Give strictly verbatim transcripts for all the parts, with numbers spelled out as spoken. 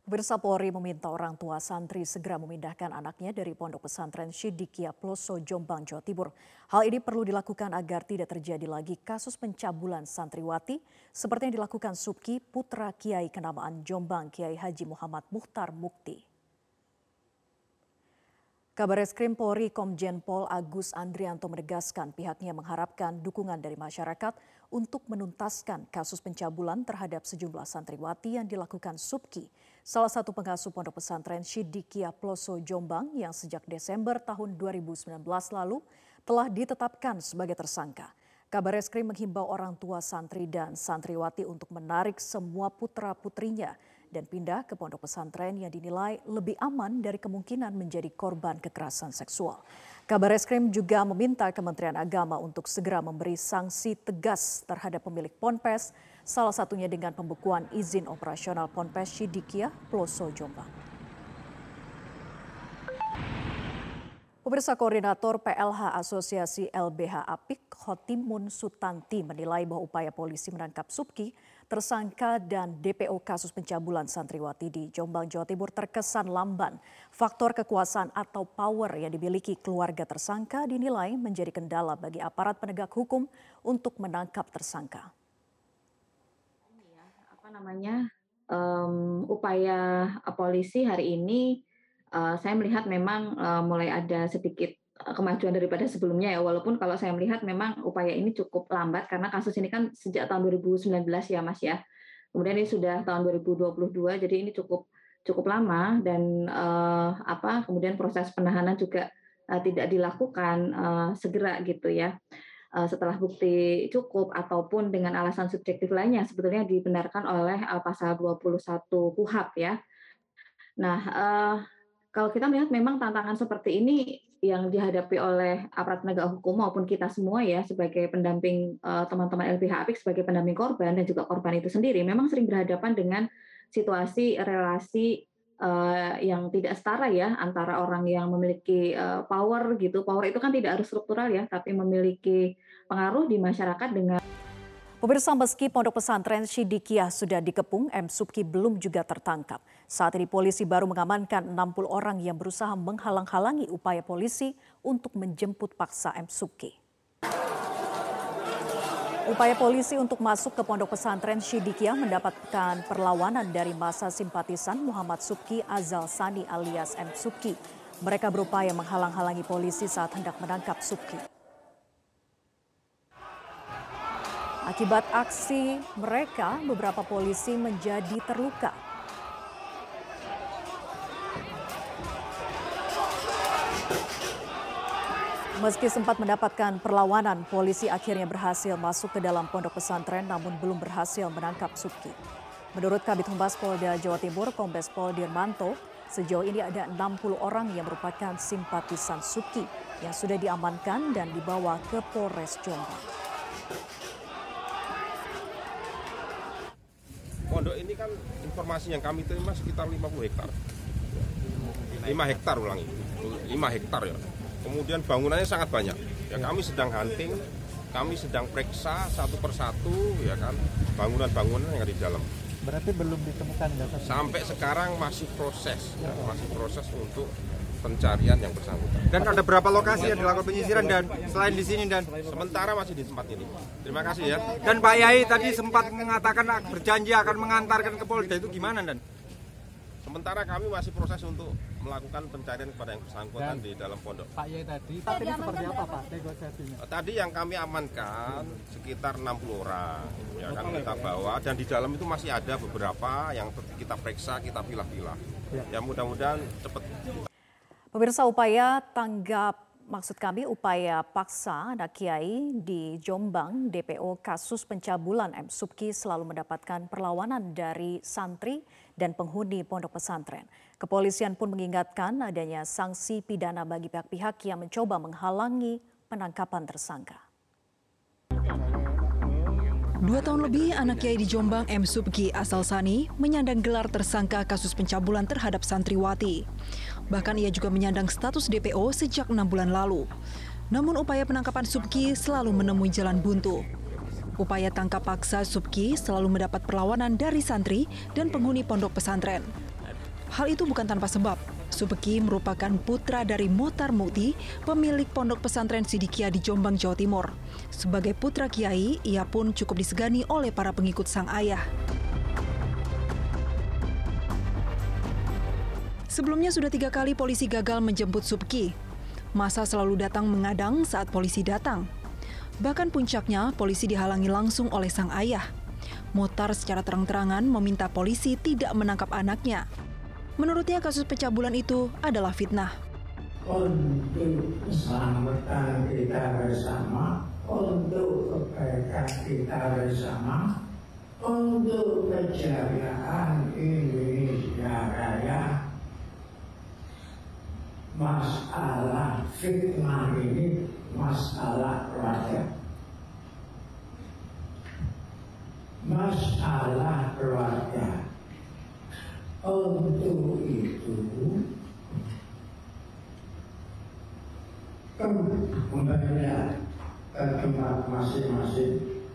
Pemirsa Polri meminta orang tua santri segera memindahkan anaknya dari Pondok Pesantren Siddiqiyah Ploso, Jombang, Jawa Timur. Hal ini perlu dilakukan agar tidak terjadi lagi kasus pencabulan santriwati seperti yang dilakukan Subki, putra Kiai Kenamaan Jombang, Kiai Haji Muhammad Mukhtar Mukti. Kabareskrim Polri Komjen Pol Agus Andrianto menegaskan pihaknya mengharapkan dukungan dari masyarakat untuk menuntaskan kasus pencabulan terhadap sejumlah santriwati yang dilakukan Subki, salah satu pengasuh Pondok Pesantren Siddiqiyah Ploso Jombang yang sejak Desember tahun dua ribu sembilan belas lalu telah ditetapkan sebagai tersangka. Kabareskrim menghimbau orang tua santri dan santriwati untuk menarik semua putra-putrinya dan pindah ke pondok pesantren yang dinilai lebih aman dari kemungkinan menjadi korban kekerasan seksual. Kabareskrim juga meminta Kementerian Agama untuk segera memberi sanksi tegas terhadap pemilik ponpes, salah satunya dengan pembekuan izin operasional ponpes Siddiqiyah Ploso Jombang. Pemirsa, Koordinator P L H Asosiasi L B H Apik Khotimun Sutanti menilai bahwa upaya polisi menangkap Subki, tersangka dan D P O kasus pencabulan santriwati di Jombang, Jawa Timur terkesan lamban. Faktor kekuasaan atau power yang dimiliki keluarga tersangka dinilai menjadi kendala bagi aparat penegak hukum untuk menangkap tersangka. Apa namanya um, upaya polisi hari ini, uh, saya melihat memang uh, mulai ada sedikit kemajuan daripada sebelumnya ya, walaupun kalau saya melihat memang upaya ini cukup lambat karena kasus ini kan sejak tahun dua ribu sembilan belas ya Mas ya. Kemudian ini sudah tahun dua ribu dua puluh dua, jadi ini cukup cukup lama dan uh, apa kemudian proses penahanan juga uh, tidak dilakukan uh, segera gitu ya. Uh, setelah bukti cukup ataupun dengan alasan subjektif lainnya sebetulnya dibenarkan oleh uh, pasal dua puluh satu K U H P ya. Nah, uh, kalau kita melihat memang tantangan seperti ini yang dihadapi oleh aparat penegak hukum maupun kita semua ya sebagai pendamping uh, teman-teman L B H Apik sebagai pendamping korban dan juga korban itu sendiri memang sering berhadapan dengan situasi relasi uh, yang tidak setara ya antara orang yang memiliki uh, power gitu. Power itu kan tidak harus struktural ya, tapi memiliki pengaruh di masyarakat dengan. Pemirsa, meski Pondok Pesantren Siddiqiyah sudah dikepung, M. Subki belum juga tertangkap. Saat ini polisi baru mengamankan enam puluh orang yang berusaha menghalang-halangi upaya polisi untuk menjemput paksa M. Subki. Upaya polisi untuk masuk ke Pondok Pesantren Siddiqiyah mendapatkan perlawanan dari massa simpatisan Muhammad Subki Azal Sani alias M. Subki. Mereka berupaya menghalang-halangi polisi saat hendak menangkap Subki. Akibat aksi mereka, beberapa polisi menjadi terluka. Meski sempat mendapatkan perlawanan, polisi akhirnya berhasil masuk ke dalam pondok pesantren namun belum berhasil menangkap Subki. Menurut Kabid Humas Polda Jawa Timur, Kombes Pol Dirmanto, sejauh ini ada enam puluh orang yang merupakan simpatisan Subki yang sudah diamankan dan dibawa ke Polres Jombang. Pondok ini kan informasi yang kami terima sekitar lima puluh hektar. lima hektar ulangi. lima hektar ya. Kemudian bangunannya sangat banyak. Ya kami sedang hunting, kami sedang periksa satu persatu ya kan bangunan-bangunan yang ada di dalam. Berarti belum ditemukan data. Sampai sekarang masih proses, ya, masih proses untuk pencarian yang bersangkutan. Dan ada berapa lokasi yang dilakukan penyisiran dan selain di sini dan sementara masih di tempat ini. Terima kasih ya. Dan Pak Yai tadi sempat mengatakan berjanji akan mengantarkan ke Polda, itu gimana dan? Sementara kami masih proses untuk melakukan pencarian kepada yang bersangkutan dan di dalam pondok. Pak Yai tadi, tapi ini seperti apa Pak negosiasinya? Tadi yang kami amankan sekitar enam puluh orang, ya kan kita bawa dan di dalam itu masih ada beberapa yang kita periksa, kita pilah-pilah. Ya, ya mudah-mudahan cepat. Pemirsa, upaya tanggap, maksud kami upaya paksa anak kiai di Jombang, D P O kasus pencabulan M. Subki selalu mendapatkan perlawanan dari santri dan penghuni pondok pesantren. Kepolisian pun mengingatkan adanya sanksi pidana bagi pihak-pihak yang mencoba menghalangi penangkapan tersangka. Dua tahun lebih anak kiai di Jombang M. Subki Azal Sani menyandang gelar tersangka kasus pencabulan terhadap santriwati. Bahkan ia juga menyandang status D P O sejak enam bulan lalu. Namun upaya penangkapan Subki selalu menemui jalan buntu. Upaya tangkap paksa Subki selalu mendapat perlawanan dari santri dan penghuni pondok pesantren. Hal itu bukan tanpa sebab. Subeki merupakan putra dari Motar Mukti, pemilik pondok pesantren Sidikia di Jombang, Jawa Timur. Sebagai putra kiai, ia pun cukup disegani oleh para pengikut sang ayah. Sebelumnya sudah tiga kali polisi gagal menjemput Subeki. Masa selalu datang mengadang saat polisi datang. Bahkan puncaknya, polisi dihalangi langsung oleh sang ayah. Motar secara terang-terangan meminta polisi tidak menangkap anaknya. Menurutnya kasus pencabulan itu adalah fitnah. Untuk keselamatan kita bersama, untuk kebaikan kita bersama, untuk kejayaan Indonesia Raya, masalah fitnah ini masalah keluarga. Masalah keluarga. Untuk itu, kembalilah ke tempat masing-masing.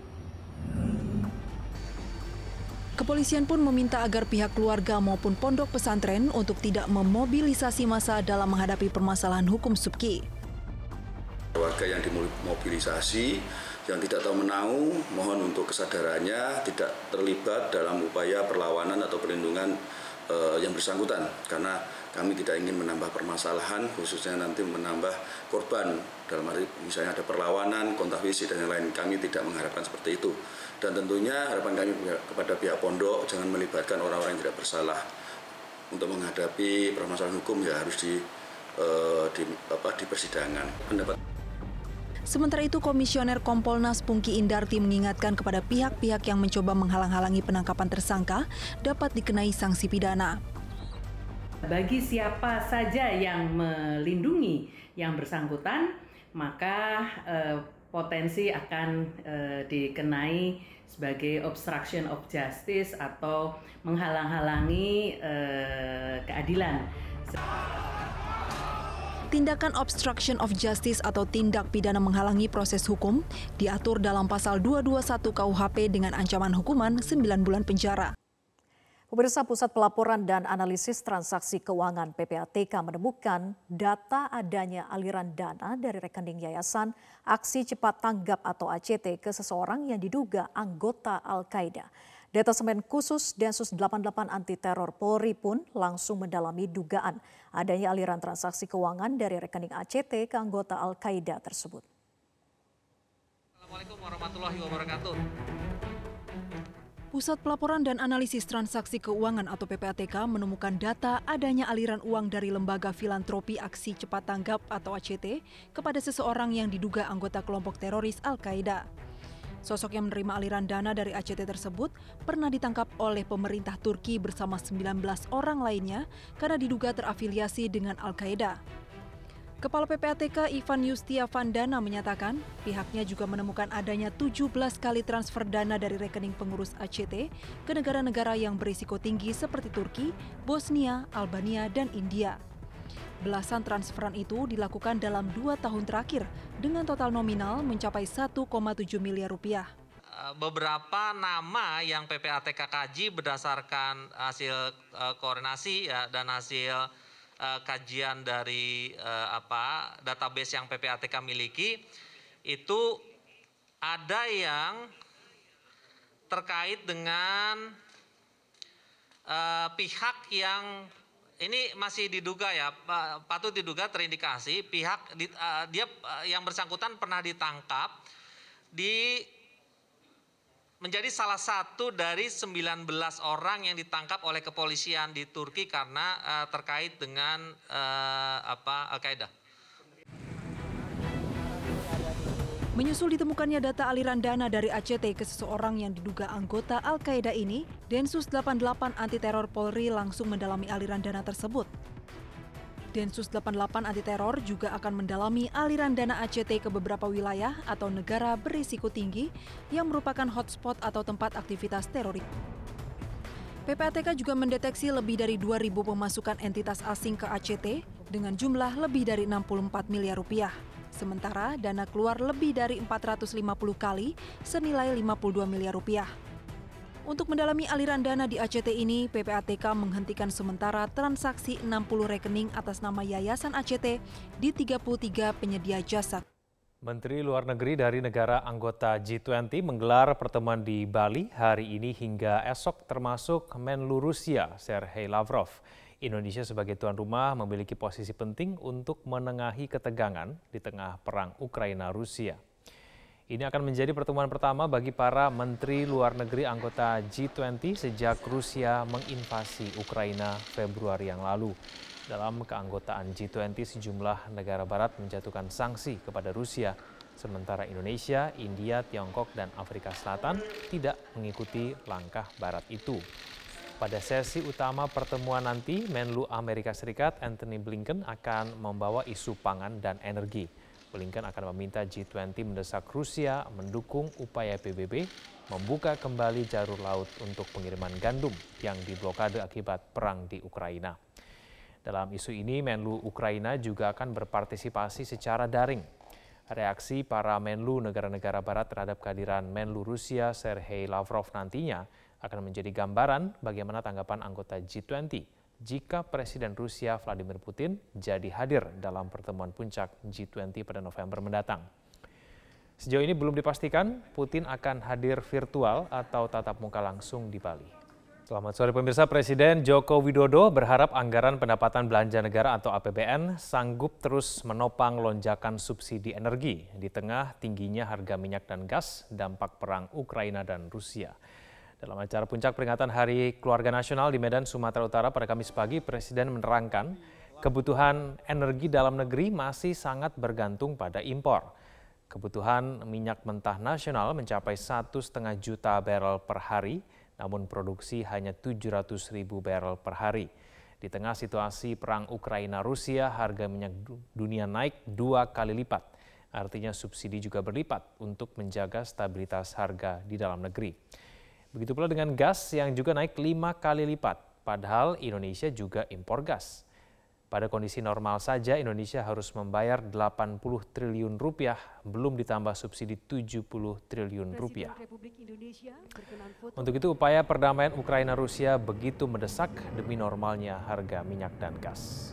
Kepolisian pun meminta agar pihak keluarga maupun pondok pesantren untuk tidak memobilisasi massa dalam menghadapi permasalahan hukum Subeki. Warga yang dimobilisasi, yang tidak tahu menau, mohon untuk kesadarannya tidak terlibat dalam upaya perlawanan atau perlindungan eh, yang bersangkutan. Karena kami tidak ingin menambah permasalahan, khususnya nanti menambah korban. Dalam arti misalnya ada perlawanan, kontak fisik dan lain-lain. Kami tidak mengharapkan seperti itu. Dan tentunya harapan kami kepada pihak pondok jangan melibatkan orang-orang yang tidak bersalah. Untuk menghadapi permasalahan hukum ya harus di, uh, di, apa, di persidangan. Pendapat. Sementara itu, Komisioner Kompolnas Pungki Indarti mengingatkan kepada pihak-pihak yang mencoba menghalang-halangi penangkapan tersangka dapat dikenai sanksi pidana. Bagi siapa saja yang melindungi yang bersangkutan, maka eh, potensi akan eh, dikenai sebagai obstruction of justice atau menghalang-halangi eh, keadilan. Tindakan obstruction of justice atau tindak pidana menghalangi proses hukum diatur dalam pasal dua dua satu K U H P dengan ancaman hukuman sembilan bulan penjara. Pemirsa, Pusat Pelaporan dan Analisis Transaksi Keuangan P P A T K menemukan data adanya aliran dana dari rekening Yayasan Aksi Cepat Tanggap atau A C T ke seseorang yang diduga anggota Al-Qaeda. Detasemen Khusus Densus delapan puluh delapan Anti Teror Polri pun langsung mendalami dugaan adanya aliran transaksi keuangan dari rekening A C T ke anggota Al-Qaeda tersebut. Assalamualaikum warahmatullahi wabarakatuh. Pusat Pelaporan dan Analisis Transaksi Keuangan atau P P A T K menemukan data adanya aliran uang dari Lembaga Filantropi Aksi Cepat Tanggap atau A C T kepada seseorang yang diduga anggota kelompok teroris Al-Qaeda. Sosok yang menerima aliran dana dari A C T tersebut pernah ditangkap oleh pemerintah Turki bersama sembilan belas orang lainnya karena diduga terafiliasi dengan Al-Qaeda. Kepala P P A T K Ivan Yustia Vandana menyatakan pihaknya juga menemukan adanya tujuh belas kali transfer dana dari rekening pengurus A C T ke negara-negara yang berisiko tinggi seperti Turki, Bosnia, Albania, dan India. Belasan transferan itu dilakukan dalam dua tahun terakhir dengan total nominal mencapai satu koma tujuh miliar rupiah. Beberapa nama yang P P A T K kaji berdasarkan hasil uh, koordinasi ya, dan hasil uh, kajian dari uh, apa database yang P P A T K miliki, itu ada yang terkait dengan uh, pihak yang ini masih diduga ya, patut diduga terindikasi pihak di, uh, dia uh, yang bersangkutan pernah ditangkap di menjadi salah satu dari sembilan belas orang yang ditangkap oleh kepolisian di Turki karena uh, terkait dengan uh, apa Al-Qaeda. Menyusul ditemukannya data aliran dana dari A C T ke seseorang yang diduga anggota Al-Qaeda ini, Densus delapan puluh delapan Anti Teror Polri langsung mendalami aliran dana tersebut. Densus delapan puluh delapan Anti Teror juga akan mendalami aliran dana A C T ke beberapa wilayah atau negara berisiko tinggi yang merupakan hotspot atau tempat aktivitas teroris. P P A T K juga mendeteksi lebih dari dua ribu pemasukan entitas asing ke A C T dengan jumlah lebih dari enam puluh empat miliar rupiah. Sementara dana keluar lebih dari empat ratus lima puluh kali senilai lima puluh dua miliar rupiah. Untuk mendalami aliran dana di A C T ini, P P A T K menghentikan sementara transaksi enam puluh rekening atas nama Yayasan A C T di tiga puluh tiga penyedia jasa. Menteri Luar Negeri dari negara anggota G dua puluh menggelar pertemuan di Bali hari ini hingga esok, termasuk Menlu Rusia Sergei Lavrov. Indonesia sebagai tuan rumah memiliki posisi penting untuk menengahi ketegangan di tengah perang Ukraina-Rusia. Ini akan menjadi pertemuan pertama bagi para menteri luar negeri anggota G dua puluh sejak Rusia menginvasi Ukraina Februari yang lalu. Dalam keanggotaan G dua puluh, sejumlah negara barat menjatuhkan sanksi kepada Rusia, sementara Indonesia, India, Tiongkok, dan Afrika Selatan tidak mengikuti langkah barat itu. Pada sesi utama pertemuan nanti, Menlu Amerika Serikat Antony Blinken akan membawa isu pangan dan energi. Blinken akan meminta G dua puluh mendesak Rusia mendukung upaya P B B membuka kembali jalur laut untuk pengiriman gandum yang diblokade akibat perang di Ukraina. Dalam isu ini, Menlu Ukraina juga akan berpartisipasi secara daring. Reaksi para Menlu negara-negara barat terhadap kehadiran Menlu Rusia Sergei Lavrov nantinya akan menjadi gambaran bagaimana tanggapan anggota G dua puluh jika Presiden Rusia Vladimir Putin jadi hadir dalam pertemuan puncak G dua puluh pada November mendatang. Sejauh ini belum dipastikan Putin akan hadir virtual atau tatap muka langsung di Bali. Selamat sore pemirsa, Presiden Joko Widodo berharap anggaran pendapatan belanja negara atau A P B N sanggup terus menopang lonjakan subsidi energi di tengah tingginya harga minyak dan gas dampak perang Ukraina dan Rusia. Dalam acara puncak peringatan Hari Keluarga Nasional di Medan, Sumatera Utara pada Kamis pagi, Presiden menerangkan kebutuhan energi dalam negeri masih sangat bergantung pada impor. Kebutuhan minyak mentah nasional mencapai satu koma lima juta barel per hari, namun produksi hanya tujuh ratus ribu barel per hari. Di tengah situasi perang Ukraina-Rusia, harga minyak dunia naik dua kali lipat. Artinya subsidi juga berlipat untuk menjaga stabilitas harga di dalam negeri. Begitu pula dengan gas yang juga naik lima kali lipat, padahal Indonesia juga impor gas. Pada kondisi normal saja Indonesia harus membayar delapan puluh triliun rupiah, belum ditambah subsidi tujuh puluh triliun rupiah. Untuk itu upaya perdamaian Ukraina-Rusia begitu mendesak demi normalnya harga minyak dan gas.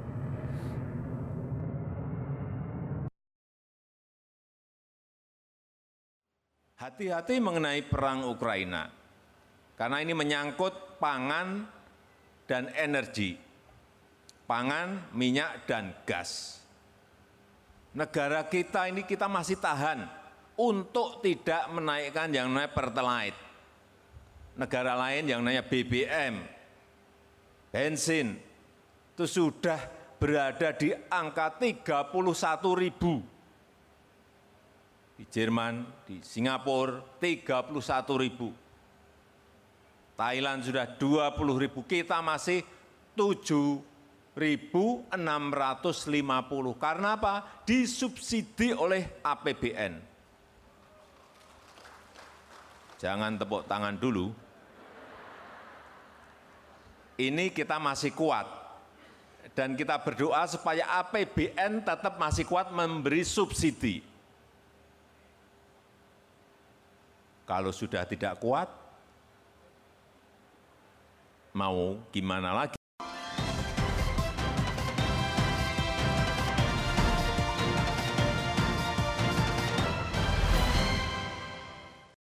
Hati-hati mengenai perang Ukraina, karena ini menyangkut pangan dan energi, pangan, minyak, dan gas. Negara kita ini kita masih tahan untuk tidak menaikkan yang namanya Pertalite. Negara lain yang namanya B B M, bensin, itu sudah berada di angka tiga puluh satu ribu. Di Jerman, di Singapura, tiga puluh satu ribu. Thailand sudah dua puluh ribu, kita masih tujuh ribu enam ratus lima puluh. Karena apa? Disubsidi oleh A P B N. Jangan tepuk tangan dulu. Ini kita masih kuat. Dan kita berdoa supaya A P B N tetap masih kuat memberi subsidi. Kalau sudah tidak kuat, mau gimana lagi?